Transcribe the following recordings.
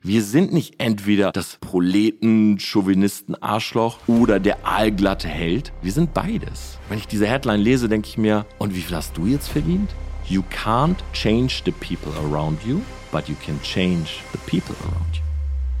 Wir sind nicht entweder das Proleten, Chauvinisten, Arschloch oder der aalglatte Held. Wir sind beides. Wenn ich diese Headline lese, denke ich mir, und wie viel hast du jetzt verdient? You can't change the people around you, but you can change the people around you.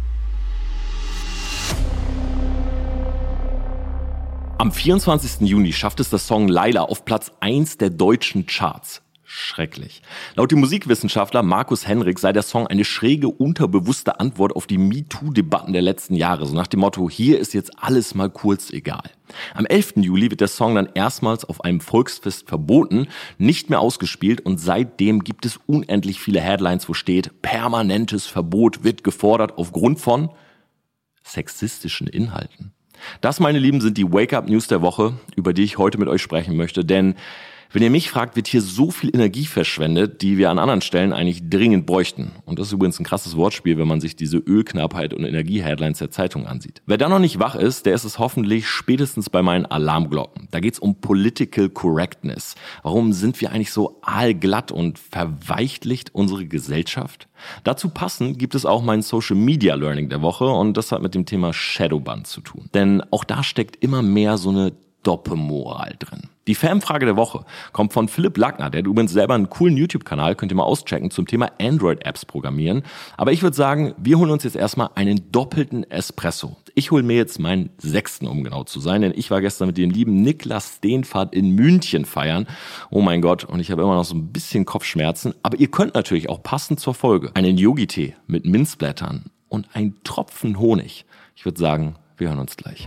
Am 24. Juni schafft es der Song Laila auf Platz 1 der deutschen Charts. Schrecklich. Laut dem Musikwissenschaftler Markus Henrik sei der Song eine schräge, unterbewusste Antwort auf die MeToo-Debatten der letzten Jahre. So nach dem Motto, hier ist jetzt alles mal kurz egal. Am 11. Juli wird der Song dann erstmals auf einem Volksfest verboten, nicht mehr ausgespielt und seitdem gibt es unendlich viele Headlines, wo steht, permanentes Verbot wird gefordert aufgrund von sexistischen Inhalten. Das, meine Lieben, sind die Wake-Up-News der Woche, über die ich heute mit euch sprechen möchte, denn wenn ihr mich fragt, wird hier so viel Energie verschwendet, die wir an anderen Stellen eigentlich dringend bräuchten. Und das ist übrigens ein krasses Wortspiel, wenn man sich diese Ölknappheit und Energie-Headlines der Zeitung ansieht. Wer da noch nicht wach ist, der ist es hoffentlich spätestens bei meinen Alarmglocken. Da geht's um Political Correctness. Warum sind wir eigentlich so aalglatt und verweichlicht unsere Gesellschaft? Dazu passend gibt es auch mein Social Media Learning der Woche und das hat mit dem Thema Shadowban zu tun. Denn auch da steckt immer mehr so eine Doppelmoral drin. Die Fanfrage der Woche kommt von Philipp Lackner, der hat übrigens selber einen coolen YouTube-Kanal, könnt ihr mal auschecken, zum Thema Android-Apps programmieren. Aber ich würde sagen, wir holen uns jetzt erstmal einen doppelten Espresso. Ich hole mir jetzt meinen 6., um genau zu sein, denn ich war gestern mit dem lieben Niklas Steenfahrt in München feiern. Oh mein Gott, und ich habe immer noch so ein bisschen Kopfschmerzen. Aber ihr könnt natürlich auch passend zur Folge einen Yogi-Tee mit Minzblättern und einen Tropfen Honig. Ich würde sagen, wir hören uns gleich.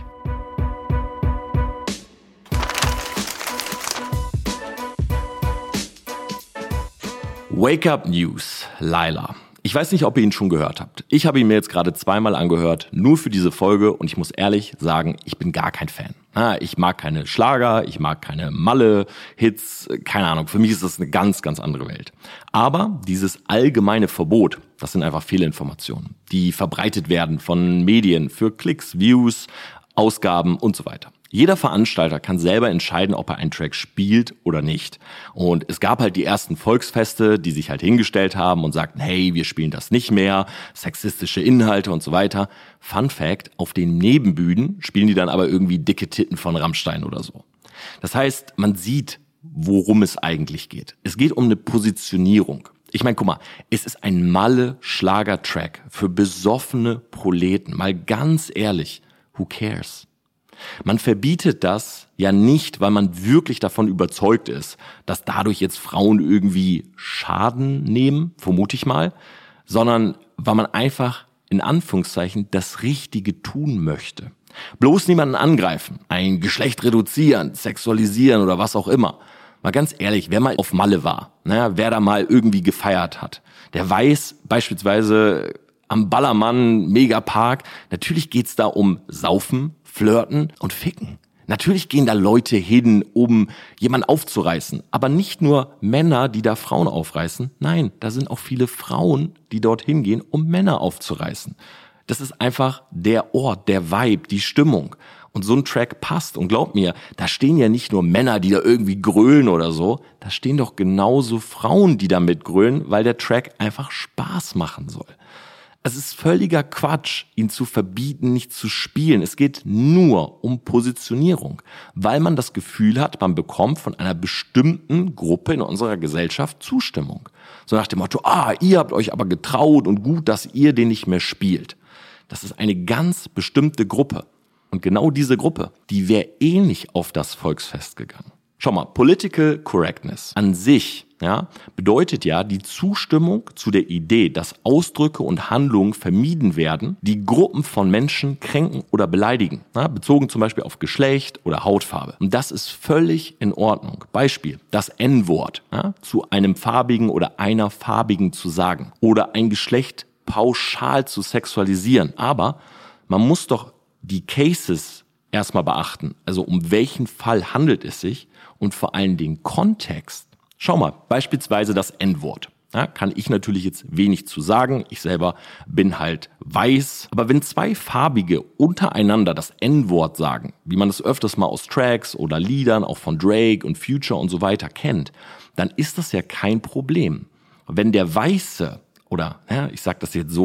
Wake Up News, Laila. Ich weiß nicht, ob ihr ihn schon gehört habt. Ich habe ihn mir jetzt gerade 2-mal angehört, nur für diese Folge und ich muss ehrlich sagen, ich bin gar kein Fan. Ich mag keine Schlager, ich mag keine Malle-Hits, keine Ahnung. Für mich ist das eine ganz, ganz andere Welt. Aber dieses allgemeine Verbot, das sind einfach Fehlinformationen, die verbreitet werden von Medien für Klicks, Views, Ausgaben und so weiter. Jeder Veranstalter kann selber entscheiden, ob er einen Track spielt oder nicht. Und es gab halt die ersten Volksfeste, die sich halt hingestellt haben und sagten, hey, wir spielen das nicht mehr, sexistische Inhalte und so weiter. Fun Fact, auf den Nebenbühnen spielen die dann aber irgendwie dicke Titten von Rammstein oder so. Das heißt, man sieht, worum es eigentlich geht. Es geht um eine Positionierung. Ich meine, guck mal, es ist ein Malle-Schlager-Track für besoffene Proleten. Mal ganz ehrlich, who cares? Man verbietet das ja nicht, weil man wirklich davon überzeugt ist, dass dadurch jetzt Frauen irgendwie Schaden nehmen, vermute ich mal, sondern weil man einfach in Anführungszeichen das Richtige tun möchte. Bloß niemanden angreifen, ein Geschlecht reduzieren, sexualisieren oder was auch immer. Mal ganz ehrlich, wer mal auf Malle war, wer da mal irgendwie gefeiert hat, der weiß beispielsweise am Ballermann, Megapark, natürlich geht's da um Saufen, Flirten und Ficken. Natürlich gehen da Leute hin, um jemanden aufzureißen. Aber nicht nur Männer, die da Frauen aufreißen. Nein, da sind auch viele Frauen, die dorthin gehen, um Männer aufzureißen. Das ist einfach der Ort, der Vibe, die Stimmung. Und so ein Track passt. Und glaubt mir, da stehen ja nicht nur Männer, die da irgendwie grölen oder so. Da stehen doch genauso Frauen, die da mitgrölen, weil der Track einfach Spaß machen soll. Es ist völliger Quatsch, ihn zu verbieten, nicht zu spielen. Es geht nur um Positionierung, weil man das Gefühl hat, man bekommt von einer bestimmten Gruppe in unserer Gesellschaft Zustimmung. So nach dem Motto, ihr habt euch aber getraut und gut, dass ihr den nicht mehr spielt. Das ist eine ganz bestimmte Gruppe. Und genau diese Gruppe, die wäre nicht auf das Volksfest gegangen. Schau mal, Political Correctness an sich bedeutet ja die Zustimmung zu der Idee, dass Ausdrücke und Handlungen vermieden werden, die Gruppen von Menschen kränken oder beleidigen, bezogen zum Beispiel auf Geschlecht oder Hautfarbe. Und das ist völlig in Ordnung. Beispiel, das N-Wort zu einem Farbigen oder einer Farbigen zu sagen oder ein Geschlecht pauschal zu sexualisieren. Aber man muss doch die Cases erstmal beachten. Also um welchen Fall handelt es sich und vor allem den Kontext. Schau mal, beispielsweise das N-Wort. Kann ich natürlich jetzt wenig zu sagen. Ich selber bin halt weiß. Aber wenn 2 Farbige untereinander das N-Wort sagen, wie man es öfters mal aus Tracks oder Liedern, auch von Drake und Future und so weiter kennt, dann ist das ja kein Problem. Wenn der Weiße oder, ich sag das jetzt so,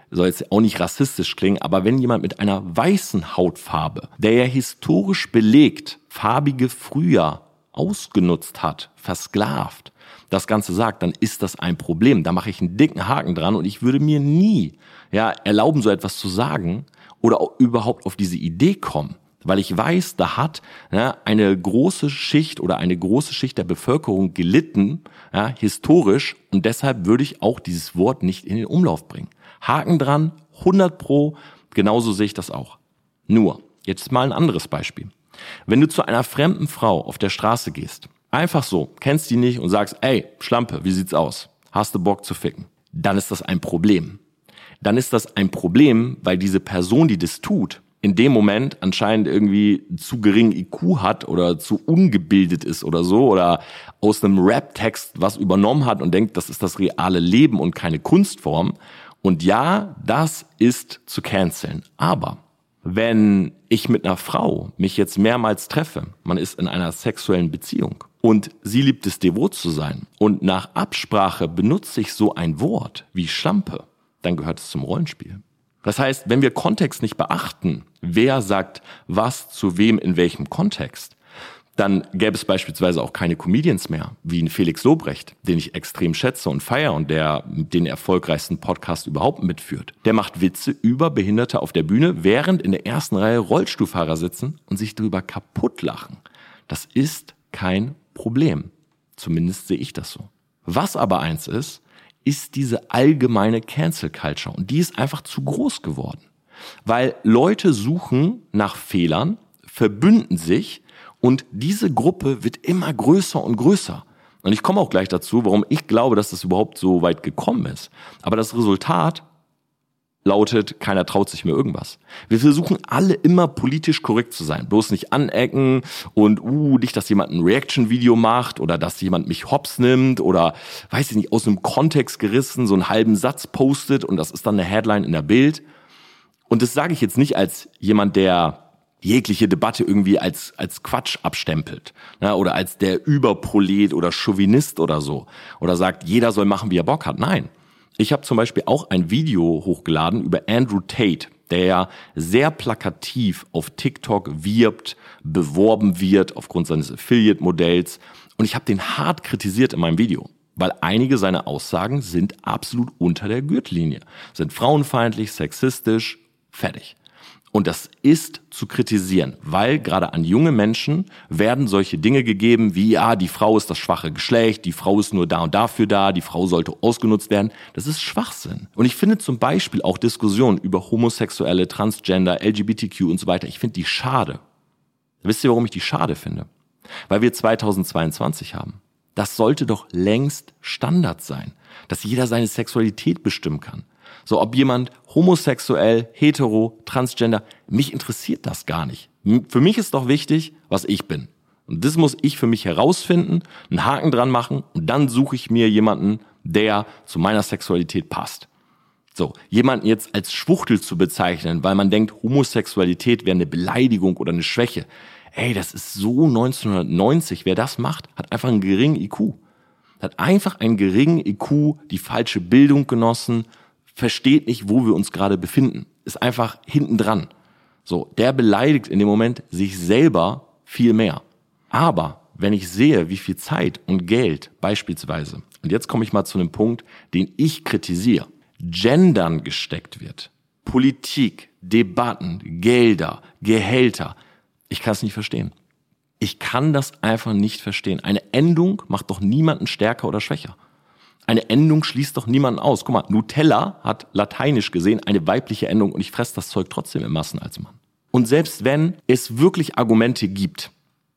soll jetzt auch nicht rassistisch klingen, aber wenn jemand mit einer weißen Hautfarbe, der ja historisch belegt, farbige früher ausgenutzt hat, versklavt, das Ganze sagt, dann ist das ein Problem. Da mache ich einen dicken Haken dran und ich würde mir nie erlauben, so etwas zu sagen oder auch überhaupt auf diese Idee kommen. Weil ich weiß, da hat eine große Schicht oder eine große Schicht der Bevölkerung gelitten, historisch, und deshalb würde ich auch dieses Wort nicht in den Umlauf bringen. Haken dran, 100%, genauso sehe ich das auch. Nur, jetzt mal ein anderes Beispiel. Wenn du zu einer fremden Frau auf der Straße gehst, einfach so, kennst die nicht und sagst, ey, Schlampe, wie sieht's aus? Hast du Bock zu ficken? Dann ist das ein Problem. Dann ist das ein Problem, weil diese Person, die das tut, in dem Moment anscheinend irgendwie zu geringen IQ hat oder zu ungebildet ist oder so oder aus einem Rap-Text was übernommen hat und denkt, das ist das reale Leben und keine Kunstform. Und ja, das ist zu canceln. Aber wenn ich mit einer Frau mich jetzt mehrmals treffe, man ist in einer sexuellen Beziehung und sie liebt es, devot zu sein und nach Absprache benutze ich so ein Wort wie Schlampe, dann gehört es zum Rollenspiel. Das heißt, wenn wir Kontext nicht beachten, wer sagt was zu wem in welchem Kontext, dann gäbe es beispielsweise auch keine Comedians mehr, wie ein Felix Lobrecht, den ich extrem schätze und feiere und der den erfolgreichsten Podcast überhaupt mitführt. Der macht Witze über Behinderte auf der Bühne, während in der ersten Reihe Rollstuhlfahrer sitzen und sich drüber kaputt lachen. Das ist kein Problem. Zumindest sehe ich das so. Was aber eins ist diese allgemeine Cancel Culture. Und die ist einfach zu groß geworden. Weil Leute suchen nach Fehlern, verbünden sich und diese Gruppe wird immer größer und größer. Und ich komme auch gleich dazu, warum ich glaube, dass das überhaupt so weit gekommen ist. Aber das Resultat lautet, keiner traut sich mehr irgendwas. Wir versuchen alle immer politisch korrekt zu sein. Bloß nicht anecken und nicht, dass jemand ein Reaction-Video macht oder dass jemand mich hops nimmt oder, weiß ich nicht, aus einem Kontext gerissen so einen halben Satz postet und das ist dann eine Headline in der Bild. Und das sage ich jetzt nicht als jemand, der jegliche Debatte irgendwie als Quatsch abstempelt, oder als der Überprolet oder Chauvinist oder so oder sagt, jeder soll machen, wie er Bock hat. Nein. Ich habe zum Beispiel auch ein Video hochgeladen über Andrew Tate, der ja sehr plakativ auf TikTok wirbt, beworben wird aufgrund seines Affiliate-Modells. Und ich habe den hart kritisiert in meinem Video, weil einige seiner Aussagen sind absolut unter der Gürtellinie, sind frauenfeindlich, sexistisch, fertig. Und das ist zu kritisieren, weil gerade an junge Menschen werden solche Dinge gegeben wie, die Frau ist das schwache Geschlecht, die Frau ist nur da und dafür da, die Frau sollte ausgenutzt werden. Das ist Schwachsinn. Und ich finde zum Beispiel auch Diskussionen über Homosexuelle, Transgender, LGBTQ und so weiter, ich finde die schade. Wisst ihr, warum ich die schade finde? Weil wir 2022 haben. Das sollte doch längst Standard sein, dass jeder seine Sexualität bestimmen kann. So, ob jemand homosexuell, hetero, transgender, mich interessiert das gar nicht. Für mich ist doch wichtig, was ich bin. Und das muss ich für mich herausfinden, einen Haken dran machen und dann suche ich mir jemanden, der zu meiner Sexualität passt. So, jemanden jetzt als Schwuchtel zu bezeichnen, weil man denkt, Homosexualität wäre eine Beleidigung oder eine Schwäche. Ey, das ist so 1990. Wer das macht, hat einfach einen geringen IQ. Hat einfach einen geringen IQ, die falsche Bildung genossen, versteht nicht, wo wir uns gerade befinden, ist einfach hinten dran. So, der beleidigt in dem Moment sich selber viel mehr. Aber wenn ich sehe, wie viel Zeit und Geld beispielsweise, und jetzt komme ich mal zu einem Punkt, den ich kritisiere, Gendern gesteckt wird, Politik, Debatten, Gelder, Gehälter, ich kann es nicht verstehen. Ich kann das einfach nicht verstehen. Eine Endung macht doch niemanden stärker oder schwächer. Eine Endung schließt doch niemanden aus. Guck mal, Nutella hat lateinisch gesehen eine weibliche Endung und ich fresse das Zeug trotzdem in Massen als Mann. Und selbst wenn es wirklich Argumente gibt,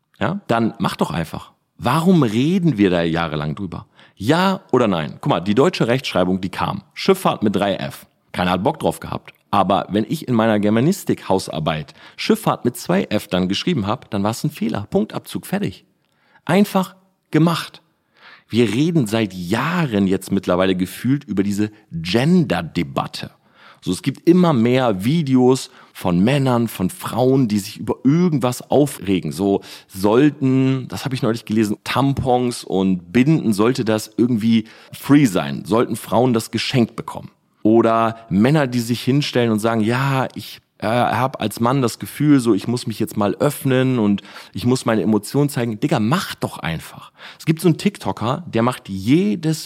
dann mach doch einfach. Warum reden wir da jahrelang drüber? Ja oder nein? Guck mal, die deutsche Rechtschreibung, die kam. Schifffahrt mit 3F. Keiner hat Bock drauf gehabt. Aber wenn ich in meiner Germanistik-Hausarbeit Schifffahrt mit 2F dann geschrieben habe, dann war es ein Fehler. Punktabzug, fertig. Einfach gemacht. Wir reden seit Jahren jetzt mittlerweile gefühlt über diese Gender-Debatte. So, es gibt immer mehr Videos von Männern, von Frauen, die sich über irgendwas aufregen. So sollten, das habe ich neulich gelesen, Tampons und Binden, sollte das irgendwie free sein, sollten Frauen das geschenkt bekommen. Oder Männer, die sich hinstellen und sagen, ja, ich habe als Mann das Gefühl, so ich muss mich jetzt mal öffnen und ich muss meine Emotionen zeigen. Digga, mach doch einfach. Es gibt so einen TikToker, der macht jedes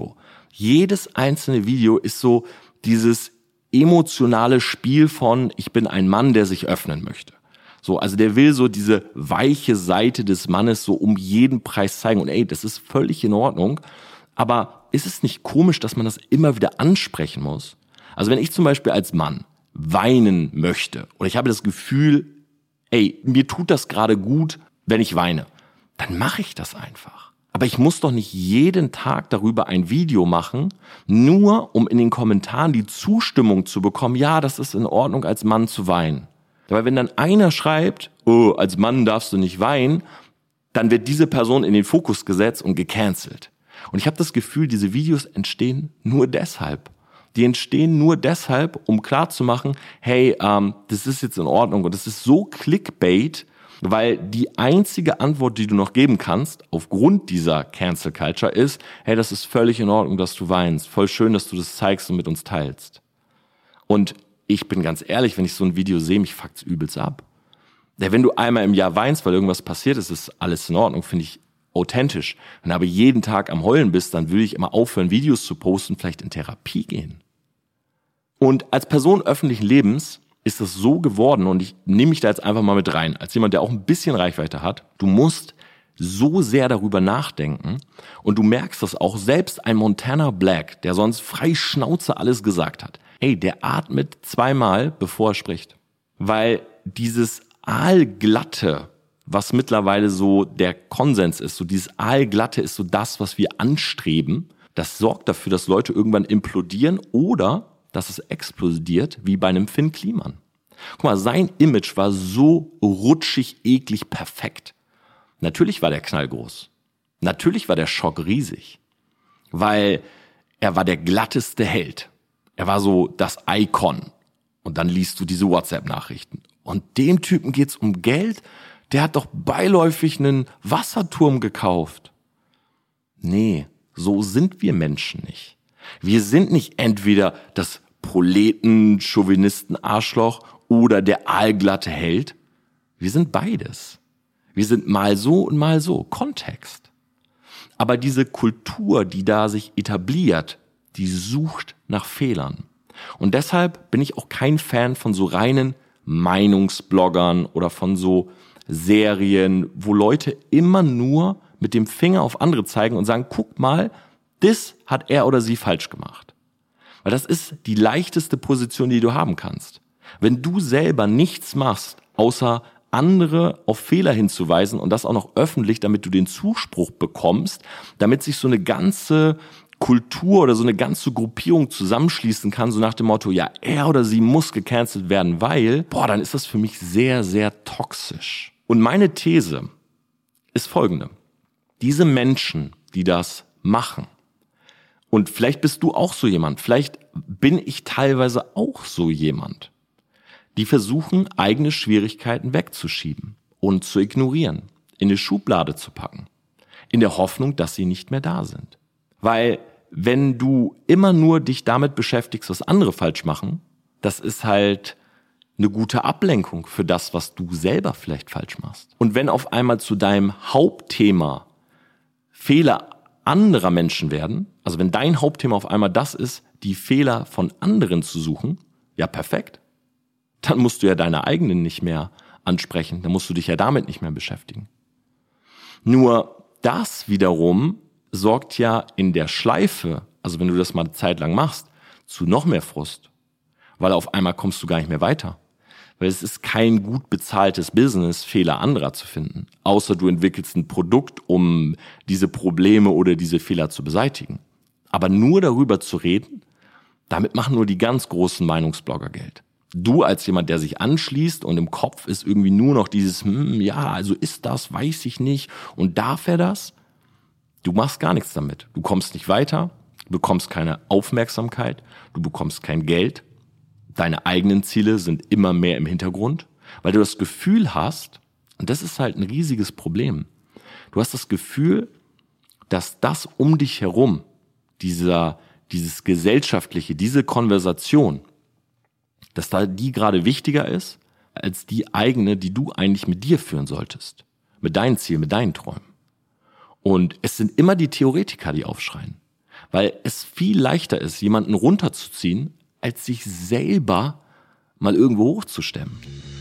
einzelne Video ist so dieses emotionale Spiel von ich bin ein Mann, der sich öffnen möchte. So, also der will so diese weiche Seite des Mannes so um jeden Preis zeigen. Und ey, das ist völlig in Ordnung. Aber ist es nicht komisch, dass man das immer wieder ansprechen muss? Also wenn ich zum Beispiel als Mann weinen möchte oder ich habe das Gefühl, ey, mir tut das gerade gut, wenn ich weine, dann mache ich das einfach. Aber ich muss doch nicht jeden Tag darüber ein Video machen, nur um in den Kommentaren die Zustimmung zu bekommen, ja, das ist in Ordnung, als Mann zu weinen. Weil wenn dann einer schreibt, oh, als Mann darfst du nicht weinen, dann wird diese Person in den Fokus gesetzt und gecancelt. Und ich habe das Gefühl, diese Videos entstehen nur deshalb. Die entstehen nur deshalb, um klarzumachen, hey, das ist jetzt in Ordnung. Und das ist so Clickbait, weil die einzige Antwort, die du noch geben kannst, aufgrund dieser Cancel Culture ist, hey, das ist völlig in Ordnung, dass du weinst. Voll schön, dass du das zeigst und mit uns teilst. Und ich bin ganz ehrlich, wenn ich so ein Video sehe, mich fuckt's übelst ab. Ja, wenn du einmal im Jahr weinst, weil irgendwas passiert ist, ist alles in Ordnung, finde ich authentisch. Wenn du aber jeden Tag am Heulen bist, dann würde ich immer aufhören, Videos zu posten, vielleicht in Therapie gehen. Und als Person öffentlichen Lebens ist das so geworden, und ich nehme mich da jetzt einfach mal mit rein, als jemand, der auch ein bisschen Reichweite hat, du musst so sehr darüber nachdenken und du merkst das auch, selbst ein Montana Black, der sonst frei Schnauze alles gesagt hat, hey, der atmet zweimal, bevor er spricht. Weil dieses Aalglatte, was mittlerweile so der Konsens ist, so dieses Aalglatte ist so das, was wir anstreben, das sorgt dafür, dass Leute irgendwann implodieren oder dass es explodiert, wie bei einem Finn Kliman. Guck mal, sein Image war so rutschig, eklig, perfekt. Natürlich war der Knall groß. Natürlich war der Schock riesig. Weil er war der glatteste Held. Er war so das Icon. Und dann liest du diese WhatsApp-Nachrichten. Und dem Typen geht's um Geld. Der hat doch beiläufig einen Wasserturm gekauft. Nee, so sind wir Menschen nicht. Wir sind nicht entweder das Proleten, Chauvinisten, Arschloch oder der aalglatte Held. Wir sind beides. Wir sind mal so und mal so. Kontext. Aber diese Kultur, die da sich etabliert, die sucht nach Fehlern. Und deshalb bin ich auch kein Fan von so reinen Meinungsbloggern oder von so Serien, wo Leute immer nur mit dem Finger auf andere zeigen und sagen, guck mal, das hat er oder sie falsch gemacht. Weil das ist die leichteste Position, die du haben kannst. Wenn du selber nichts machst, außer andere auf Fehler hinzuweisen und das auch noch öffentlich, damit du den Zuspruch bekommst, damit sich so eine ganze Kultur oder so eine ganze Gruppierung zusammenschließen kann, so nach dem Motto, ja, er oder sie muss gecancelt werden, weil, dann ist das für mich sehr, sehr toxisch. Und meine These ist folgende. Diese Menschen, die das machen, und vielleicht bist du auch so jemand, vielleicht bin ich teilweise auch so jemand, die versuchen, eigene Schwierigkeiten wegzuschieben und zu ignorieren, in eine Schublade zu packen, in der Hoffnung, dass sie nicht mehr da sind. Weil wenn du immer nur dich damit beschäftigst, was andere falsch machen, das ist halt eine gute Ablenkung für das, was du selber vielleicht falsch machst. Und wenn auf einmal zu deinem Hauptthema Fehler anderer Menschen werden, also wenn dein Hauptthema auf einmal das ist, die Fehler von anderen zu suchen, ja perfekt. Dann musst du ja deine eigenen nicht mehr ansprechen, dann musst du dich ja damit nicht mehr beschäftigen. Nur das wiederum sorgt ja in der Schleife, also wenn du das mal eine Zeit lang machst, zu noch mehr Frust. Weil auf einmal kommst du gar nicht mehr weiter. Weil es ist kein gut bezahltes Business, Fehler anderer zu finden. Außer du entwickelst ein Produkt, um diese Probleme oder diese Fehler zu beseitigen. Aber nur darüber zu reden, damit machen nur die ganz großen Meinungsblogger Geld. Du als jemand, der sich anschließt und im Kopf ist irgendwie nur noch dieses, ja, also ist das, weiß ich nicht und darf er das? Du machst gar nichts damit. Du kommst nicht weiter, du bekommst keine Aufmerksamkeit, du bekommst kein Geld. Deine eigenen Ziele sind immer mehr im Hintergrund, weil du das Gefühl hast, und das ist halt ein riesiges Problem, du hast das Gefühl, dass das um dich herum, dieser dieses Gesellschaftliche, diese Konversation, dass da die gerade wichtiger ist, als die eigene, die du eigentlich mit dir führen solltest. Mit deinen Zielen, mit deinen Träumen. Und es sind immer die Theoretiker, die aufschreien. Weil es viel leichter ist, jemanden runterzuziehen, als sich selber mal irgendwo hochzustemmen.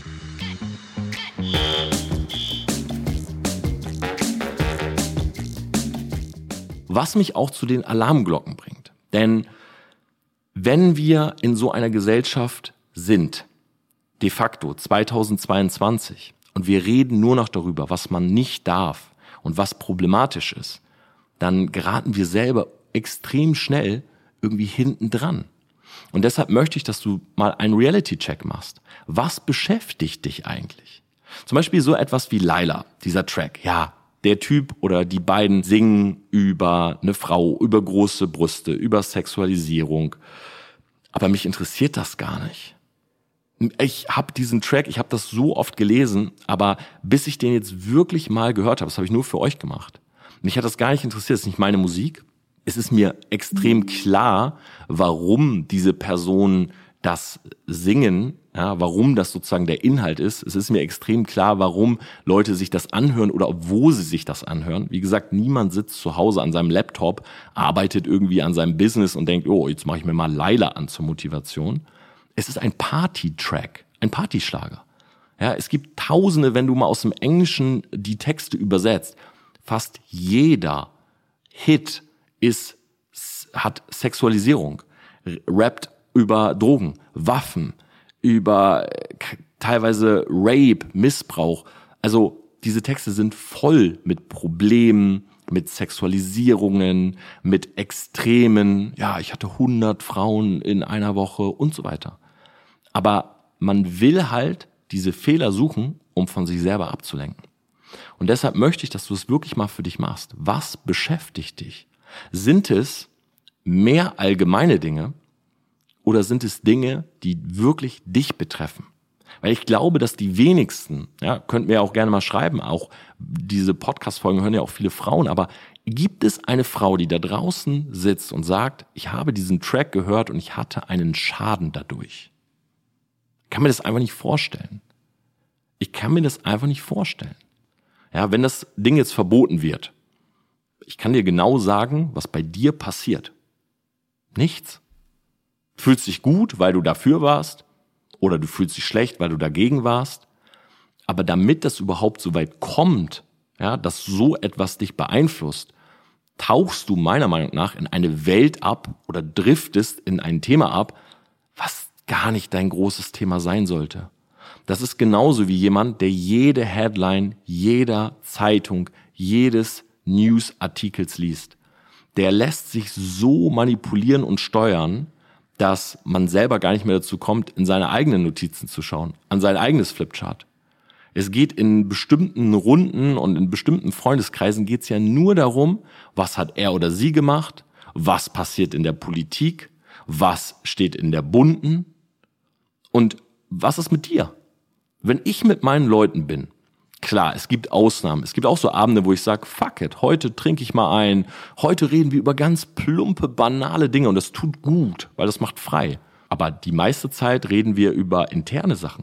Was mich auch zu den Alarmglocken bringt. Denn wenn wir in so einer Gesellschaft sind, de facto 2022, und wir reden nur noch darüber, was man nicht darf und was problematisch ist, dann geraten wir selber extrem schnell irgendwie hinten dran. Und deshalb möchte ich, dass du mal einen Reality-Check machst. Was beschäftigt dich eigentlich? Zum Beispiel so etwas wie Laila, dieser Track. Ja, der Typ oder die beiden singen über eine Frau, über große Brüste, über Sexualisierung. Aber mich interessiert das gar nicht. Ich habe diesen Track, ich habe das so oft gelesen, aber bis ich den jetzt wirklich mal gehört habe, das habe ich nur für euch gemacht. Mich hat das gar nicht interessiert, das ist nicht meine Musik. Es ist mir extrem klar, warum diese Personen das singen, ja, warum das sozusagen der Inhalt ist. Es ist mir extrem klar, warum Leute sich das anhören oder wo sie sich das anhören. Wie gesagt, niemand sitzt zu Hause an seinem Laptop, arbeitet irgendwie an seinem Business und denkt, oh, jetzt mache ich mir mal Laila an zur Motivation. Es ist ein Party-Track, ein Partyschlager. Ja, es gibt Tausende, wenn du mal aus dem Englischen die Texte übersetzt. Fast jeder Hit hat Sexualisierung, rappt über Drogen, Waffen, über teilweise Rape, Missbrauch. Also diese Texte sind voll mit Problemen, mit Sexualisierungen, mit Extremen. Ja, ich hatte 100 Frauen in einer Woche und so weiter. Aber man will halt diese Fehler suchen, um von sich selber abzulenken. Und deshalb möchte ich, dass du es wirklich mal für dich machst. Was beschäftigt dich? Sind es mehr allgemeine Dinge oder sind es Dinge, die wirklich dich betreffen? Weil ich glaube, dass die wenigsten, ja, könnt mir auch gerne mal schreiben, auch diese Podcast-Folgen hören ja auch viele Frauen, aber gibt es eine Frau, die da draußen sitzt und sagt, ich habe diesen Track gehört und ich hatte einen Schaden dadurch? Ich kann mir das einfach nicht vorstellen. Ich kann mir das einfach nicht vorstellen. Ja, wenn das Ding jetzt verboten wird, ich kann dir genau sagen, was bei dir passiert. Nichts. Du fühlst dich gut, weil du dafür warst, oder du fühlst dich schlecht, weil du dagegen warst. Aber damit das überhaupt so weit kommt, ja, dass so etwas dich beeinflusst, tauchst du meiner Meinung nach in eine Welt ab oder driftest in ein Thema ab, was gar nicht dein großes Thema sein sollte. Das ist genauso wie jemand, der jede Headline, jeder Zeitung, jedes Newsartikels liest. Der lässt sich so manipulieren und steuern, dass man selber gar nicht mehr dazu kommt, in seine eigenen Notizen zu schauen, an sein eigenes Flipchart. Es geht in bestimmten Runden und in bestimmten Freundeskreisen geht es ja nur darum, was hat er oder sie gemacht, was passiert in der Politik, was steht in der Bunten und was ist mit dir? Wenn ich mit meinen Leuten bin, klar, es gibt Ausnahmen. Es gibt auch so Abende, wo ich sage, fuck it, heute trinke ich mal ein. Heute reden wir über ganz plumpe, banale Dinge und das tut gut, weil das macht frei. Aber die meiste Zeit reden wir über interne Sachen.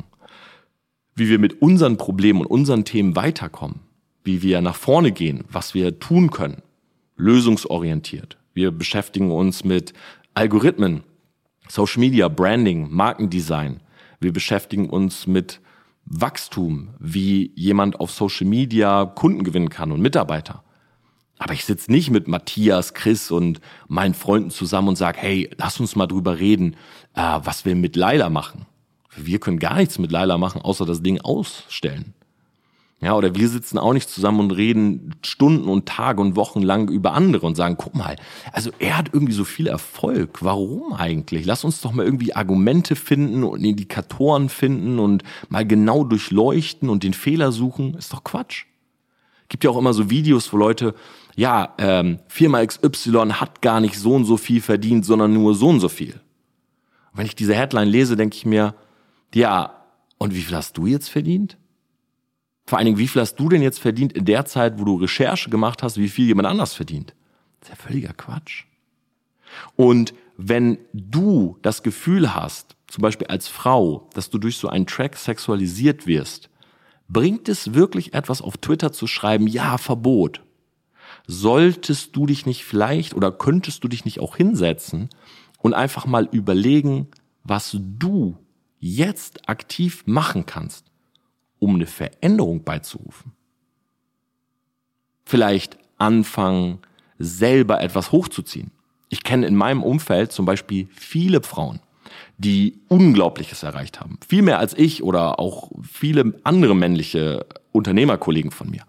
Wie wir mit unseren Problemen und unseren Themen weiterkommen. Wie wir nach vorne gehen, was wir tun können. Lösungsorientiert. Wir beschäftigen uns mit Algorithmen, Social Media, Branding, Markendesign. Wir beschäftigen uns mit Wachstum, wie jemand auf Social Media Kunden gewinnen kann und Mitarbeiter. Aber ich sitze nicht mit Matthias, Chris und meinen Freunden zusammen und sage, hey, lass uns mal drüber reden, was wir mit Laila machen. Wir können gar nichts mit Laila machen, außer das Ding ausstellen. Ja, oder wir sitzen auch nicht zusammen und reden Stunden und Tage und Wochen lang über andere und sagen, guck mal, also er hat irgendwie so viel Erfolg. Warum eigentlich? Lass uns doch mal irgendwie Argumente finden und Indikatoren finden und mal genau durchleuchten und den Fehler suchen. Ist doch Quatsch. Gibt ja auch immer so Videos, wo Leute, ja, Firma XY hat gar nicht so und so viel verdient, sondern nur so und so viel. Und wenn ich diese Headline lese, denke ich mir, ja, und wie viel hast du jetzt verdient? Vor allen Dingen, wie viel hast du denn jetzt verdient in der Zeit, wo du Recherche gemacht hast, wie viel jemand anders verdient? Das ist ja völliger Quatsch. Und wenn du das Gefühl hast, zum Beispiel als Frau, dass du durch so einen Track sexualisiert wirst, bringt es wirklich etwas auf Twitter zu schreiben, ja, Verbot? Solltest du dich nicht vielleicht oder könntest du dich nicht auch hinsetzen und einfach mal überlegen, was du jetzt aktiv machen kannst, um eine Veränderung beizurufen? Vielleicht anfangen, selber etwas hochzuziehen. Ich kenne in meinem Umfeld zum Beispiel viele Frauen, die Unglaubliches erreicht haben. Viel mehr als ich oder auch viele andere männliche Unternehmerkollegen von mir.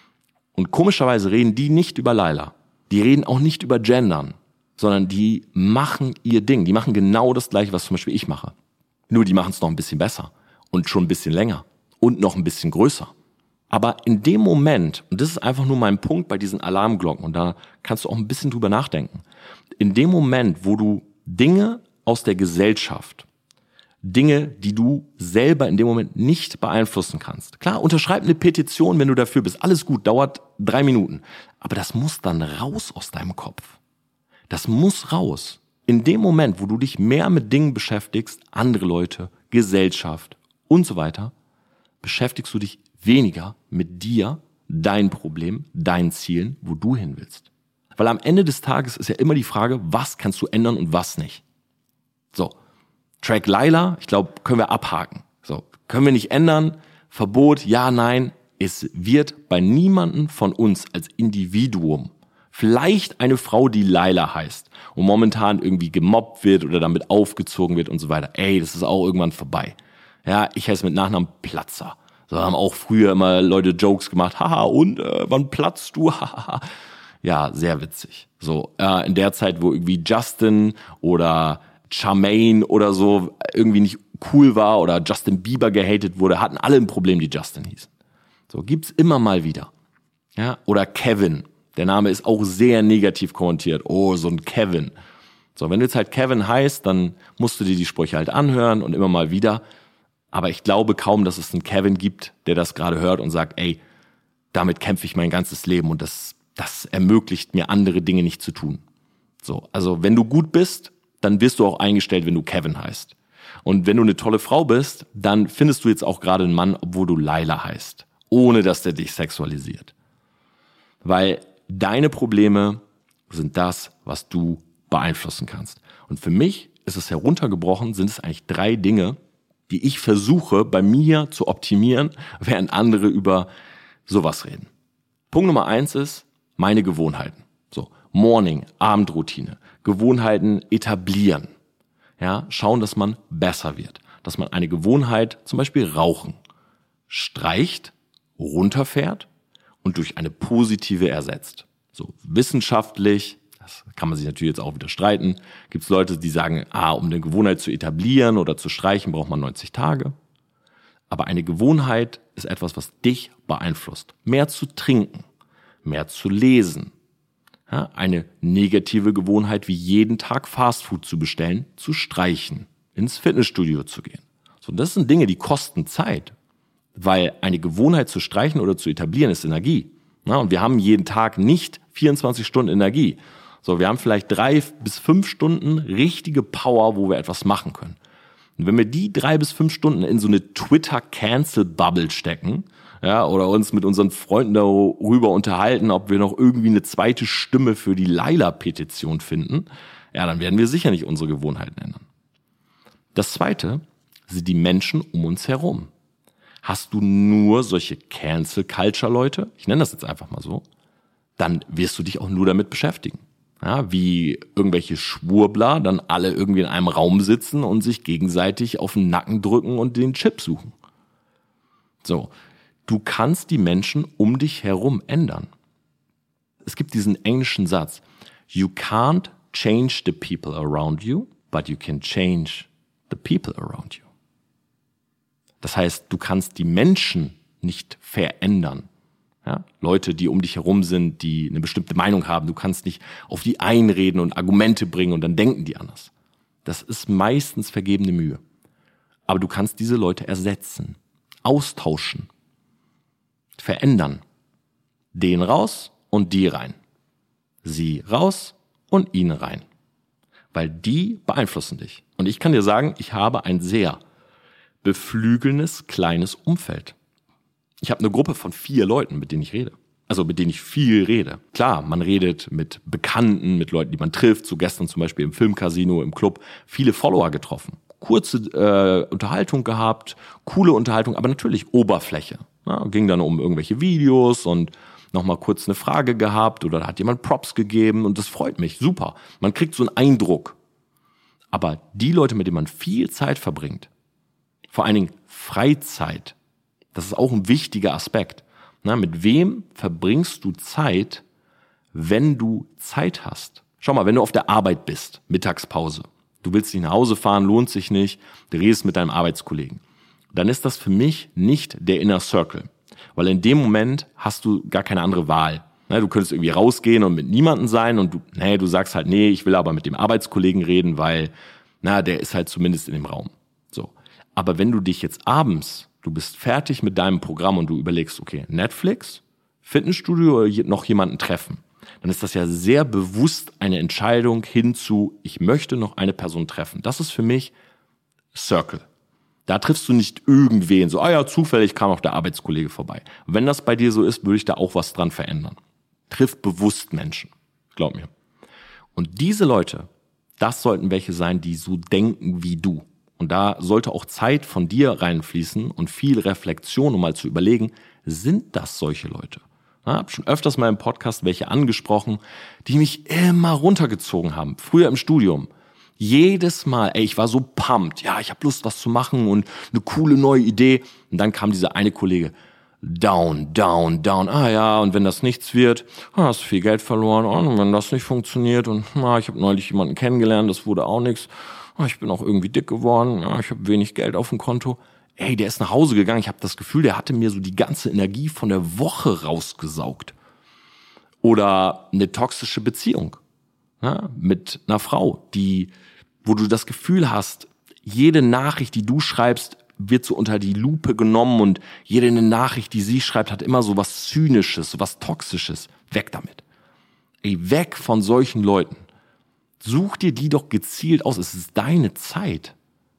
Und komischerweise reden die nicht über Laila. Die reden auch nicht über Gendern, sondern die machen ihr Ding. Die machen genau das Gleiche, was zum Beispiel ich mache. Nur die machen es noch ein bisschen besser und schon ein bisschen länger und noch ein bisschen größer. Aber in dem Moment, und das ist einfach nur mein Punkt bei diesen Alarmglocken, und da kannst du auch ein bisschen drüber nachdenken, in dem Moment, wo du Dinge aus der Gesellschaft, Dinge, die du selber in dem Moment nicht beeinflussen kannst. Klar, unterschreib eine Petition, wenn du dafür bist. Alles gut, dauert 3 Minuten. Aber das muss dann raus aus deinem Kopf. Das muss raus. In dem Moment, wo du dich mehr mit Dingen beschäftigst, andere Leute, Gesellschaft und so weiter, beschäftigst du dich weniger mit dir, dein Problem, deinen Zielen, wo du hin willst. Weil am Ende des Tages ist ja immer die Frage, was kannst du ändern und was nicht. So, Track Laila, ich glaube, können wir abhaken. So, können wir nicht ändern, Verbot, ja, nein. Es wird bei niemandem von uns als Individuum, vielleicht eine Frau, die Laila heißt und momentan irgendwie gemobbt wird oder damit aufgezogen wird und so weiter. Ey, das ist auch irgendwann vorbei. Ja, ich heiße mit Nachnamen Platzer. So haben auch früher immer Leute Jokes gemacht. Haha, und wann platzt du? Haha. Ja, sehr witzig. So, in der Zeit, wo irgendwie Justin oder Charmaine oder so irgendwie nicht cool war oder Justin Bieber gehatet wurde, hatten alle ein Problem, die Justin hießen. So, gibt's immer mal wieder. Ja, oder Kevin. Der Name ist auch sehr negativ kommentiert. Oh, so ein Kevin. So, wenn du jetzt halt Kevin heißt, dann musst du dir die Sprüche halt anhören und immer mal wieder. Aber ich glaube kaum, dass es einen Kevin gibt, der das gerade hört und sagt, ey, damit kämpfe ich mein ganzes Leben und das ermöglicht mir andere Dinge nicht zu tun. So, also wenn du gut bist, dann wirst du auch eingestellt, wenn du Kevin heißt. Und wenn du eine tolle Frau bist, dann findest du jetzt auch gerade einen Mann, obwohl du Laila heißt, ohne dass der dich sexualisiert. Weil deine Probleme sind das, was du beeinflussen kannst. Und für mich ist es heruntergebrochen, sind es eigentlich 3 Dinge, die ich versuche bei mir zu optimieren, während andere über sowas reden. Punkt Nummer 1 ist meine Gewohnheiten. So, Morning, Abendroutine, Gewohnheiten etablieren. Ja, schauen, dass man besser wird. Dass man eine Gewohnheit, zum Beispiel Rauchen, streicht, runterfährt und durch eine positive ersetzt. So, wissenschaftlich, das kann man sich natürlich jetzt auch wieder streiten, gibt es Leute, die sagen, um eine Gewohnheit zu etablieren oder zu streichen, braucht man 90 Tage. Aber eine Gewohnheit ist etwas, was dich beeinflusst. Mehr zu trinken, mehr zu lesen. Ja, eine negative Gewohnheit wie jeden Tag Fastfood zu bestellen, zu streichen, ins Fitnessstudio zu gehen. So, das sind Dinge, die kosten Zeit, weil eine Gewohnheit zu streichen oder zu etablieren ist Energie. Ja, und wir haben jeden Tag nicht 24 Stunden Energie. So, wir haben vielleicht 3 bis 5 Stunden richtige Power, wo wir etwas machen können. Und wenn wir die 3 bis 5 Stunden in so eine Twitter-Cancel-Bubble stecken, ja, oder uns mit unseren Freunden darüber unterhalten, ob wir noch irgendwie eine zweite Stimme für die Laila-Petition finden, ja, dann werden wir sicher nicht unsere Gewohnheiten ändern. Das Zweite sind die Menschen um uns herum. Hast du nur solche Cancel-Culture-Leute, ich nenne das jetzt einfach mal so, dann wirst du dich auch nur damit beschäftigen. Ja, wie irgendwelche Schwurbler dann alle irgendwie in einem Raum sitzen und sich gegenseitig auf den Nacken drücken und den Chip suchen. So, du kannst die Menschen um dich herum ändern. Es gibt diesen englischen Satz, you can't change the people around you, but you can change the people around you. Das heißt, du kannst die Menschen nicht verändern. Ja, Leute, die um dich herum sind, die eine bestimmte Meinung haben, du kannst nicht auf die einreden und Argumente bringen und dann denken die anders. Das ist meistens vergebene Mühe. Aber du kannst diese Leute ersetzen, austauschen, verändern. Den raus und die rein. Sie raus und ihn rein. weil die beeinflussen dich. Und ich kann dir sagen, ich habe ein sehr beflügelndes, kleines Umfeld. Ich habe eine Gruppe von 4 Leuten, mit denen ich rede. Also mit denen ich viel rede. Klar, man redet mit Bekannten, mit Leuten, die man trifft. So gestern zum Beispiel im Filmcasino, im Club. Viele Follower getroffen. Kurze Unterhaltung gehabt, coole Unterhaltung, aber natürlich Oberfläche. Ja, ging dann um irgendwelche Videos und nochmal kurz eine Frage gehabt oder da hat jemand Props gegeben und das freut mich, super. Man kriegt so einen Eindruck. Aber die Leute, mit denen man viel Zeit verbringt, vor allen Dingen Freizeit, das ist auch ein wichtiger Aspekt. Na, mit wem verbringst du Zeit, wenn du Zeit hast? Schau mal, wenn du auf der Arbeit bist, Mittagspause, du willst nicht nach Hause fahren, lohnt sich nicht, du redest mit deinem Arbeitskollegen, dann ist das für mich nicht der Inner Circle. Weil in dem Moment hast du gar keine andere Wahl. Du könntest irgendwie rausgehen und mit niemandem sein und du sagst halt, nee, ich will aber mit dem Arbeitskollegen reden, weil, der ist halt zumindest in dem Raum. So. Aber wenn du dich jetzt abends, du bist fertig mit deinem Programm und du überlegst, okay, Netflix, Fitnessstudio oder noch jemanden treffen, dann ist das ja sehr bewusst eine Entscheidung hin zu, ich möchte noch eine Person treffen. Das ist für mich Circle. Da triffst du nicht irgendwen, so, zufällig kam auch der Arbeitskollege vorbei. Wenn das bei dir so ist, würde ich da auch was dran verändern. Triff bewusst Menschen, glaub mir. Und diese Leute, das sollten welche sein, die so denken wie du. Und da sollte auch Zeit von dir reinfließen und viel Reflexion, um mal zu überlegen, sind das solche Leute? Ich habe schon öfters mal im Podcast welche angesprochen, die mich immer runtergezogen haben. Früher im Studium. Jedes Mal, ich war so pumped. Ja, ich habe Lust, was zu machen und eine coole neue Idee. Und dann kam dieser eine Kollege. Down, down, down. Und wenn das nichts wird, hast du viel Geld verloren. Und wenn das nicht funktioniert und ich habe neulich jemanden kennengelernt, das wurde auch nichts. Ich bin auch irgendwie dick geworden. Ich habe wenig Geld auf dem Konto. Der ist nach Hause gegangen. Ich habe das Gefühl, der hatte mir so die ganze Energie von der Woche rausgesaugt. Oder eine toxische Beziehung mit einer Frau, wo du das Gefühl hast, jede Nachricht, die du schreibst, wird so unter die Lupe genommen und jede Nachricht, die sie schreibt, hat immer so was Zynisches, so was Toxisches. Weg damit. Weg von solchen Leuten. Such dir die doch gezielt aus. Es ist deine Zeit.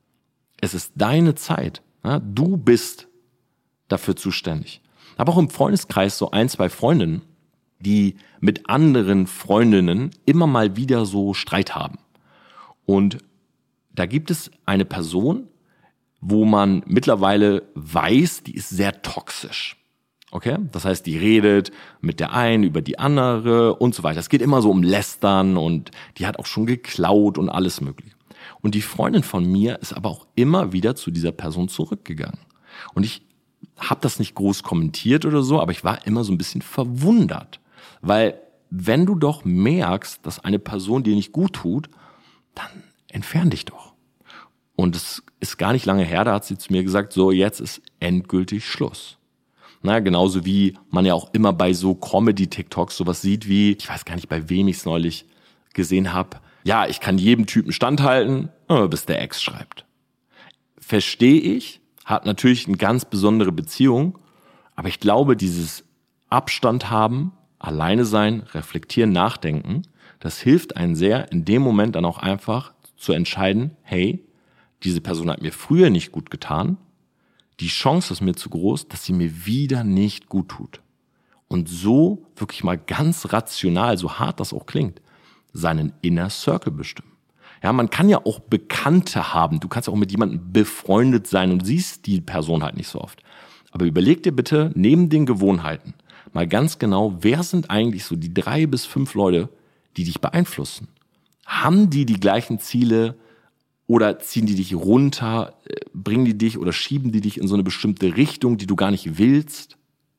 Es ist deine Zeit. Du bist dafür zuständig. Aber auch im Freundeskreis so 1, 2 Freundinnen, die mit anderen Freundinnen immer mal wieder so Streit haben. Und da gibt es eine Person, wo man mittlerweile weiß, die ist sehr toxisch. Okay? Das heißt, die redet mit der einen über die andere und so weiter. Es geht immer so um Lästern und die hat auch schon geklaut und alles mögliche. Und die Freundin von mir ist aber auch immer wieder zu dieser Person zurückgegangen. Und ich habe das nicht groß kommentiert oder so, aber ich war immer so ein bisschen verwundert. Weil wenn du doch merkst, dass eine Person dir nicht gut tut, dann entfern dich doch. Und es ist gar nicht lange her, da hat sie zu mir gesagt, so jetzt ist endgültig Schluss. Genauso wie man ja auch immer bei so Comedy-TikToks sowas sieht wie, ich weiß gar nicht, bei wem ich es neulich gesehen habe, ja, ich kann jedem Typen standhalten, bis der Ex schreibt. Verstehe ich, hat natürlich eine ganz besondere Beziehung, aber ich glaube, dieses Abstand haben, alleine sein, reflektieren, nachdenken, das hilft einem sehr, in dem Moment dann auch einfach zu entscheiden, hey, diese Person hat mir früher nicht gut getan, die Chance ist mir zu groß, dass sie mir wieder nicht gut tut. Und so wirklich mal ganz rational, so hart das auch klingt, seinen Inner Circle bestimmen. Ja, man kann ja auch Bekannte haben. Du kannst ja auch mit jemandem befreundet sein und siehst die Person halt nicht so oft. Aber überleg dir bitte neben den Gewohnheiten mal ganz genau, wer sind eigentlich so die 3 bis 5 Leute, die dich beeinflussen? Haben die gleichen Ziele oder ziehen die dich runter, bringen die dich oder schieben die dich in so eine bestimmte Richtung, die du gar nicht willst?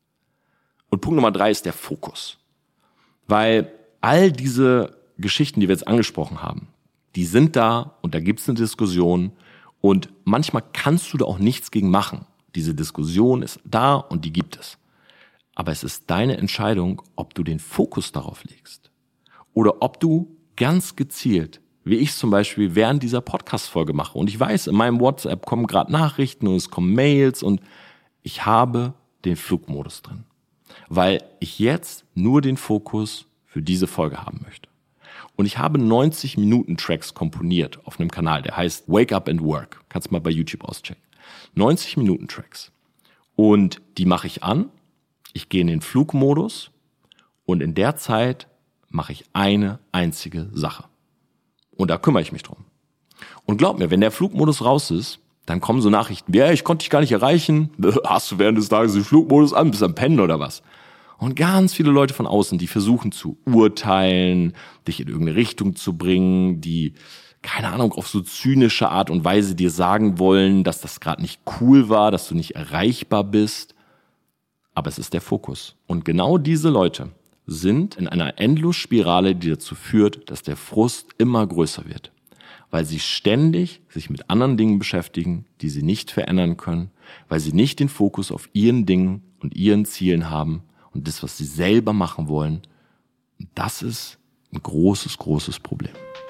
Und Punkt Nummer 3 ist der Fokus. Weil all diese Geschichten, die wir jetzt angesprochen haben, die sind da und da gibt es eine Diskussion und manchmal kannst du da auch nichts gegen machen. Diese Diskussion ist da und die gibt es. Aber es ist deine Entscheidung, ob du den Fokus darauf legst oder ob du ganz gezielt, wie ich zum Beispiel während dieser Podcast-Folge mache. Und ich weiß, in meinem WhatsApp kommen gerade Nachrichten und es kommen Mails und ich habe den Flugmodus drin, weil ich jetzt nur den Fokus für diese Folge haben möchte. Und ich habe 90-Minuten-Tracks komponiert auf einem Kanal, der heißt Wake Up and Work. Kannst du mal bei YouTube auschecken. 90-Minuten-Tracks. Und die mache ich an, ich gehe in den Flugmodus und in der Zeit mache ich eine einzige Sache. Und da kümmere ich mich drum. Und glaub mir, wenn der Flugmodus raus ist, dann kommen so Nachrichten wie, ich konnte dich gar nicht erreichen, hast du während des Tages den Flugmodus an, bist am Pennen oder was? Und ganz viele Leute von außen, die versuchen zu urteilen, dich in irgendeine Richtung zu bringen, die, keine Ahnung, auf so zynische Art und Weise dir sagen wollen, dass das gerade nicht cool war, dass du nicht erreichbar bist. Aber es ist der Fokus. Und genau diese Leute sind in einer Endlosspirale, die dazu führt, dass der Frust immer größer wird. Weil sie ständig sich mit anderen Dingen beschäftigen, die sie nicht verändern können, weil sie nicht den Fokus auf ihren Dingen und ihren Zielen haben und das, was sie selber machen wollen. Und das ist ein großes, großes Problem.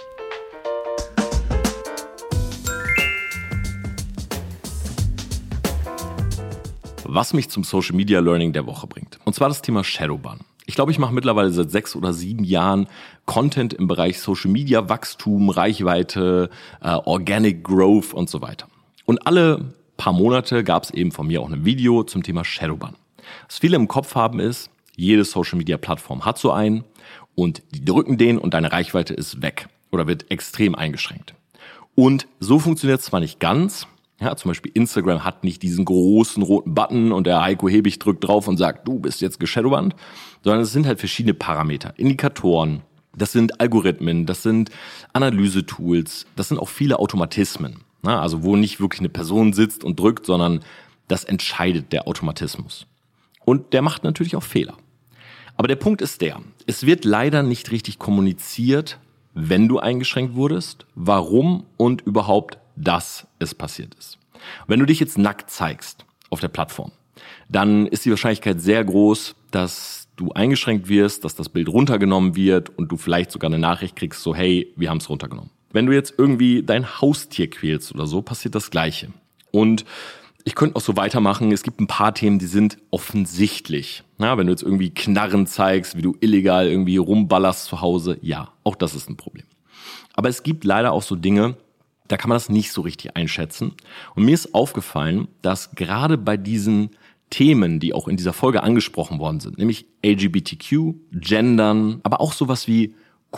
Was mich zum Social Media Learning der Woche bringt. Und zwar das Thema Shadowban. Ich glaube, ich mache mittlerweile seit 6 oder 7 Jahren Content im Bereich Social Media, Wachstum, Reichweite, Organic Growth und so weiter. Und alle paar Monate gab es eben von mir auch ein Video zum Thema Shadowban. Was viele im Kopf haben ist, jede Social Media Plattform hat so einen und die drücken den und deine Reichweite ist weg oder wird extrem eingeschränkt. Und so funktioniert es zwar nicht ganz. Ja, zum Beispiel Instagram hat nicht diesen großen roten Button und der Heiko Hebig drückt drauf und sagt, du bist jetzt geshadowbanned, sondern es sind halt verschiedene Parameter, Indikatoren, das sind Algorithmen, das sind Analysetools, das sind auch viele Automatismen. Ja, also wo nicht wirklich eine Person sitzt und drückt, sondern das entscheidet der Automatismus. Und der macht natürlich auch Fehler. Aber der Punkt ist es wird leider nicht richtig kommuniziert, wenn du eingeschränkt wurdest, warum und überhaupt dass es passiert ist. Wenn du dich jetzt nackt zeigst auf der Plattform, dann ist die Wahrscheinlichkeit sehr groß, dass du eingeschränkt wirst, dass das Bild runtergenommen wird und du vielleicht sogar eine Nachricht kriegst, so hey, wir haben es runtergenommen. Wenn du jetzt irgendwie dein Haustier quälst oder so, passiert das Gleiche. Und ich könnte auch so weitermachen, es gibt ein paar Themen, die sind offensichtlich. Ja, wenn du jetzt irgendwie Knarren zeigst, wie du illegal irgendwie rumballerst zu Hause, ja, auch das ist ein Problem. Aber es gibt leider auch so Dinge, da kann man das nicht so richtig einschätzen. Und mir ist aufgefallen, dass gerade bei diesen Themen, die auch in dieser Folge angesprochen worden sind, nämlich LGBTQ, Gendern, aber auch sowas wie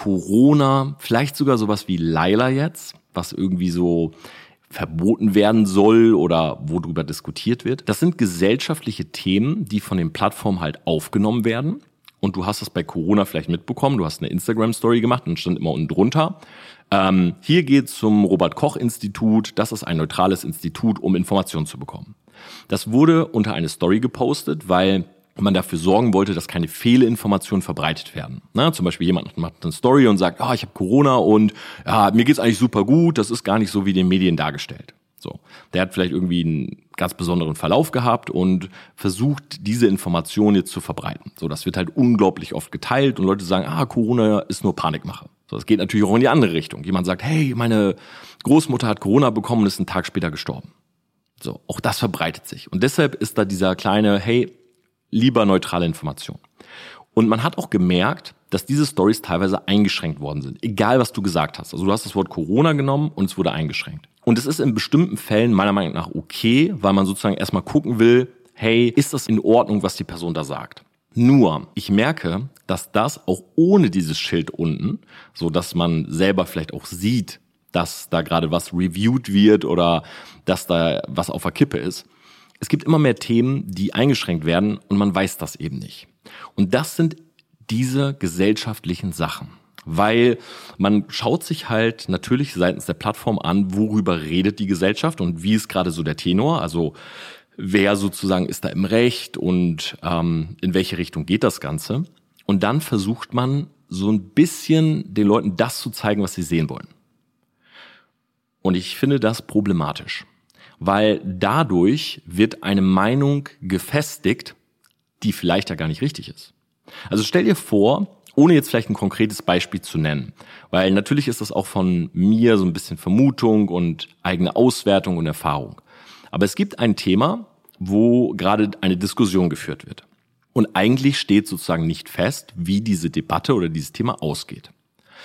Corona, vielleicht sogar sowas wie Laila jetzt, was irgendwie so verboten werden soll oder worüber diskutiert wird. Das sind gesellschaftliche Themen, die von den Plattformen halt aufgenommen werden. Und du hast das bei Corona vielleicht mitbekommen, du hast eine Instagram-Story gemacht und stand immer unten drunter. Hier geht's zum Robert-Koch-Institut. Das ist ein neutrales Institut, um Informationen zu bekommen. Das wurde unter eine Story gepostet, weil man dafür sorgen wollte, dass keine Fehlinformationen verbreitet werden. Na, zum Beispiel jemand macht eine Story und sagt, ich habe Corona und mir geht's eigentlich super gut, das ist gar nicht so wie in den Medien dargestellt. So, der hat vielleicht irgendwie einen ganz besonderen Verlauf gehabt und versucht, diese Information jetzt zu verbreiten. So, das wird halt unglaublich oft geteilt und Leute sagen, Corona ist nur Panikmache. So, das geht natürlich auch in die andere Richtung. Jemand sagt, hey, meine Großmutter hat Corona bekommen und ist einen Tag später gestorben. So, auch das verbreitet sich. Und deshalb ist da dieser kleine, hey, lieber neutrale Information. Und man hat auch gemerkt, dass diese Stories teilweise eingeschränkt worden sind. Egal, was du gesagt hast. Also du hast das Wort Corona genommen und es wurde eingeschränkt. Und es ist in bestimmten Fällen meiner Meinung nach okay, weil man sozusagen erstmal gucken will, hey, ist das in Ordnung, was die Person da sagt? Nur, ich merke, dass das auch ohne dieses Schild unten, so dass man selber vielleicht auch sieht, dass da gerade was reviewed wird oder dass da was auf der Kippe ist. Es gibt immer mehr Themen, die eingeschränkt werden und man weiß das eben nicht. Und das sind diese gesellschaftlichen Sachen. Weil man schaut sich halt natürlich seitens der Plattform an, worüber redet die Gesellschaft und wie ist gerade so der Tenor, also wer sozusagen ist da im Recht und in welche Richtung geht das Ganze. Und dann versucht man so ein bisschen den Leuten das zu zeigen, was sie sehen wollen. Und ich finde das problematisch, weil dadurch wird eine Meinung gefestigt, die vielleicht ja gar nicht richtig ist. Also stell dir vor, ohne jetzt vielleicht ein konkretes Beispiel zu nennen, weil natürlich ist das auch von mir so ein bisschen Vermutung und eigene Auswertung und Erfahrung. Aber es gibt ein Thema, wo gerade eine Diskussion geführt wird. Und eigentlich steht sozusagen nicht fest, wie diese Debatte oder dieses Thema ausgeht.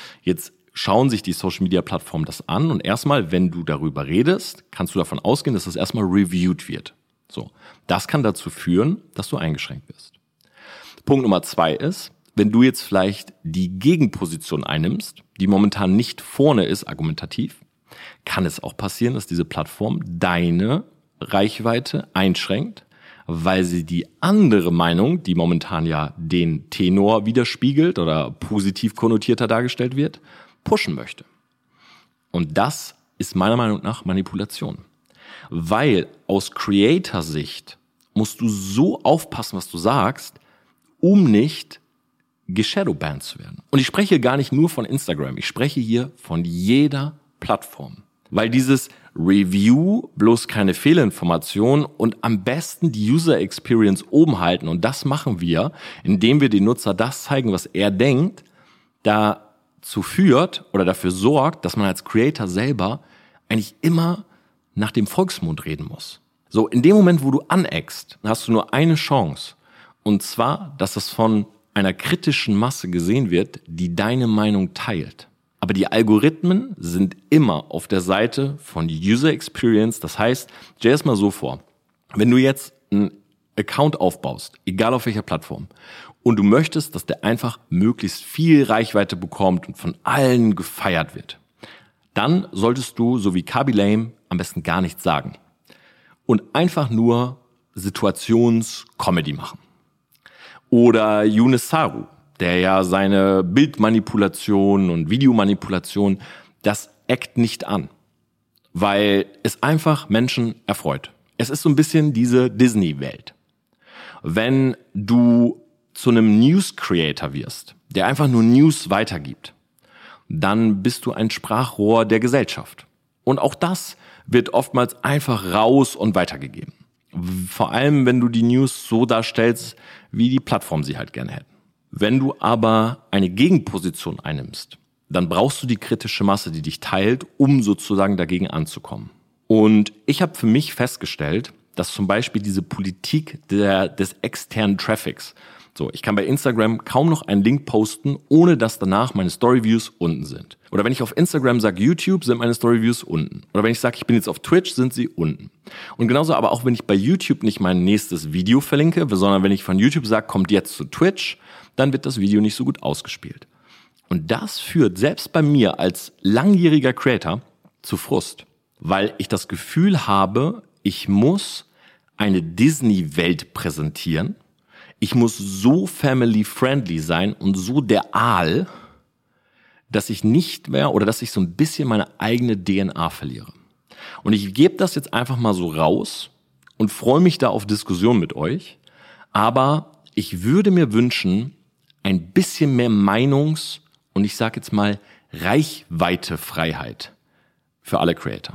Jetzt schauen sich die Social-Media-Plattformen das an und erstmal, wenn du darüber redest, kannst du davon ausgehen, dass das erstmal reviewed wird. So, das kann dazu führen, dass du eingeschränkt wirst. Punkt Nummer 2 ist, wenn du jetzt vielleicht die Gegenposition einnimmst, die momentan nicht vorne ist, argumentativ, kann es auch passieren, dass diese Plattform deine Reichweite einschränkt, weil sie die andere Meinung, die momentan ja den Tenor widerspiegelt oder positiv konnotierter dargestellt wird, pushen möchte. Und das ist meiner Meinung nach Manipulation. Weil aus Creator-Sicht musst du so aufpassen, was du sagst, um nicht geshadowbanned zu werden. Und ich spreche gar nicht nur von Instagram, ich spreche hier von jeder Plattform. Weil dieses Review bloß keine Fehlinformation und am besten die User Experience oben halten. Und das machen wir, indem wir den Nutzer das zeigen, was er denkt, dazu führt oder dafür sorgt, dass man als Creator selber eigentlich immer nach dem Volksmund reden muss. So, in dem Moment, wo du aneckst, hast du nur eine Chance. Und zwar, dass es von einer kritischen Masse gesehen wird, die deine Meinung teilt. Aber die Algorithmen sind immer auf der Seite von User Experience. Das heißt, stell dir das mal so vor, wenn du jetzt einen Account aufbaust, egal auf welcher Plattform, und du möchtest, dass der einfach möglichst viel Reichweite bekommt und von allen gefeiert wird, dann solltest du, so wie Khaby Lame, am besten gar nichts sagen und einfach nur Situations-Comedy machen. Oder Younes Saru, der ja seine Bildmanipulation und Videomanipulation, das eckt nicht an, weil es einfach Menschen erfreut. Es ist so ein bisschen diese Disney-Welt. Wenn du zu einem News-Creator wirst, der einfach nur News weitergibt, dann bist du ein Sprachrohr der Gesellschaft. Und auch das wird oftmals einfach raus und weitergegeben. Vor allem, wenn du die News so darstellst, wie die Plattform sie halt gerne hätten. Wenn du aber eine Gegenposition einnimmst, dann brauchst du die kritische Masse, die dich teilt, um sozusagen dagegen anzukommen. Und ich habe für mich festgestellt, dass zum Beispiel diese Politik des externen Traffics, so, ich kann bei Instagram kaum noch einen Link posten, ohne dass danach meine Storyviews unten sind. Oder wenn ich auf Instagram sage YouTube, sind meine Storyviews unten. Oder wenn ich sage, ich bin jetzt auf Twitch, sind sie unten. Und genauso aber auch, wenn ich bei YouTube nicht mein nächstes Video verlinke, sondern wenn ich von YouTube sage, kommt jetzt zu Twitch, dann wird das Video nicht so gut ausgespielt. Und das führt selbst bei mir als langjähriger Creator zu Frust, weil ich das Gefühl habe, ich muss eine Disney-Welt präsentieren. Ich muss so family-friendly sein und so der Aal, dass ich nicht mehr oder dass ich so ein bisschen meine eigene DNA verliere. Und ich gebe das jetzt einfach mal so raus und freue mich da auf Diskussion mit euch. Aber ich würde mir wünschen, ein bisschen mehr Meinungs- und ich sage jetzt mal Reichweitefreiheit für alle Creator.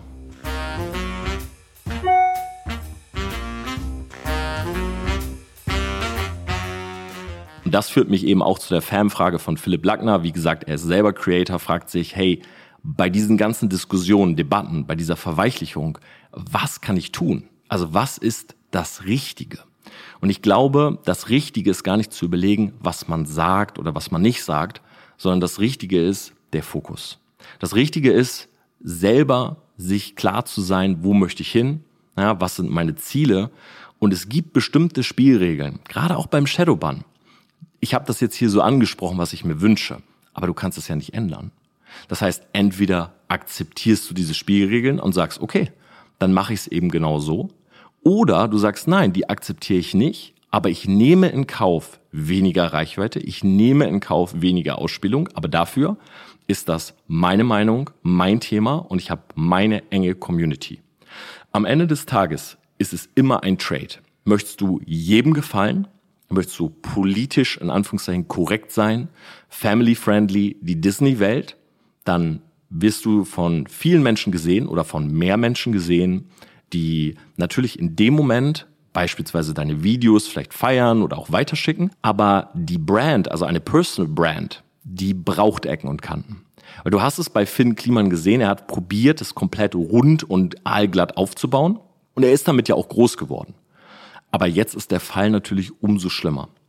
Und das führt mich eben auch zu der Fanfrage von Philipp Lackner. Wie gesagt, er ist selber Creator, fragt sich, hey, bei diesen ganzen Diskussionen, Debatten, bei dieser Verweichlichung, was kann ich tun? Also was ist das Richtige? Und ich glaube, das Richtige ist gar nicht zu überlegen, was man sagt oder was man nicht sagt, sondern das Richtige ist der Fokus. Das Richtige ist, selber sich klar zu sein, wo möchte ich hin, ja, was sind meine Ziele. Und es gibt bestimmte Spielregeln, gerade auch beim Shadowban. Ich habe das jetzt hier so angesprochen, was ich mir wünsche, aber du kannst es ja nicht ändern. Das heißt, entweder akzeptierst du diese Spielregeln und sagst, okay, dann mache ich es eben genau so. Oder du sagst, nein, die akzeptiere ich nicht, aber ich nehme in Kauf weniger Reichweite, ich nehme in Kauf weniger Ausspielung, aber dafür ist das meine Meinung, mein Thema und ich habe meine enge Community. Am Ende des Tages ist es immer ein Trade. Möchtest du jedem gefallen? Möchtest du politisch, in Anführungszeichen, korrekt sein, family-friendly, die Disney-Welt, dann wirst du von vielen Menschen gesehen oder von mehr Menschen gesehen, die natürlich in dem Moment beispielsweise deine Videos vielleicht feiern oder auch weiterschicken, aber die Brand, also eine Personal Brand, die braucht Ecken und Kanten. Weil du hast es bei Finn Kliman gesehen, er hat probiert, es komplett rund und aalglatt aufzubauen und er ist damit ja auch groß geworden. Aber jetzt ist der Fall natürlich umso schlimmer.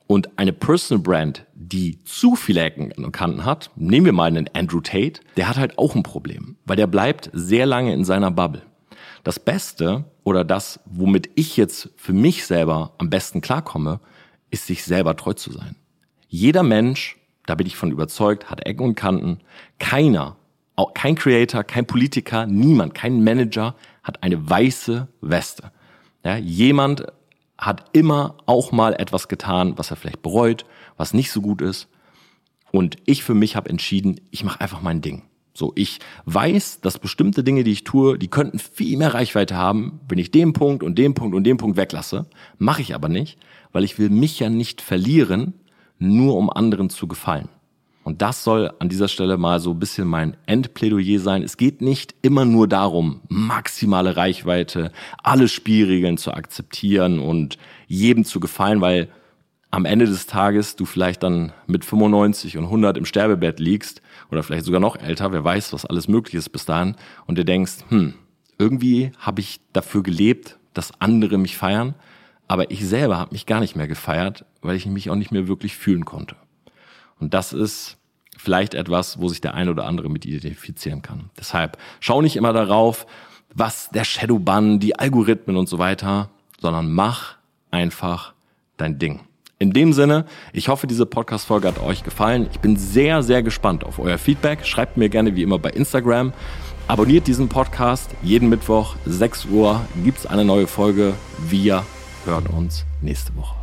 Und eine Personal Brand, die zu viele Ecken und Kanten hat, nehmen wir mal einen Andrew Tate, der hat halt auch ein Problem, weil der bleibt sehr lange in seiner Bubble. Das Beste oder das, womit ich jetzt für mich selber am besten klarkomme, ist, sich selber treu zu sein. Jeder Mensch, da bin ich von überzeugt, hat Ecken und Kanten. Keiner, auch kein Creator, kein Politiker, niemand, kein Manager hat eine weiße Weste. Ja, jemand hat immer auch mal etwas getan, was er vielleicht bereut, was nicht so gut ist. Und ich für mich habe entschieden, ich mache einfach mein Ding. So, ich weiß, dass bestimmte Dinge, die ich tue, die könnten viel mehr Reichweite haben, wenn ich den Punkt und den Punkt und den Punkt weglasse. Mache ich aber nicht, weil ich will mich ja nicht verlieren, nur um anderen zu gefallen. Und das soll an dieser Stelle mal so ein bisschen mein Endplädoyer sein. Es geht nicht immer nur darum, maximale Reichweite, alle Spielregeln zu akzeptieren und jedem zu gefallen, weil am Ende des Tages du vielleicht dann mit 95 und 100 im Sterbebett liegst oder vielleicht sogar noch älter, wer weiß, was alles möglich ist bis dahin und du denkst, irgendwie habe ich dafür gelebt, dass andere mich feiern, aber ich selber habe mich gar nicht mehr gefeiert, weil ich mich auch nicht mehr wirklich fühlen konnte. Und das ist vielleicht etwas, wo sich der eine oder andere mit identifizieren kann. Deshalb schau nicht immer darauf, was der Shadowban, die Algorithmen und so weiter, sondern mach einfach dein Ding. In dem Sinne, ich hoffe, diese Podcast-Folge hat euch gefallen. Ich bin sehr, sehr gespannt auf euer Feedback. Schreibt mir gerne wie immer bei Instagram. Abonniert diesen Podcast. Jeden Mittwoch, 6 Uhr, gibt's eine neue Folge. Wir hören uns nächste Woche.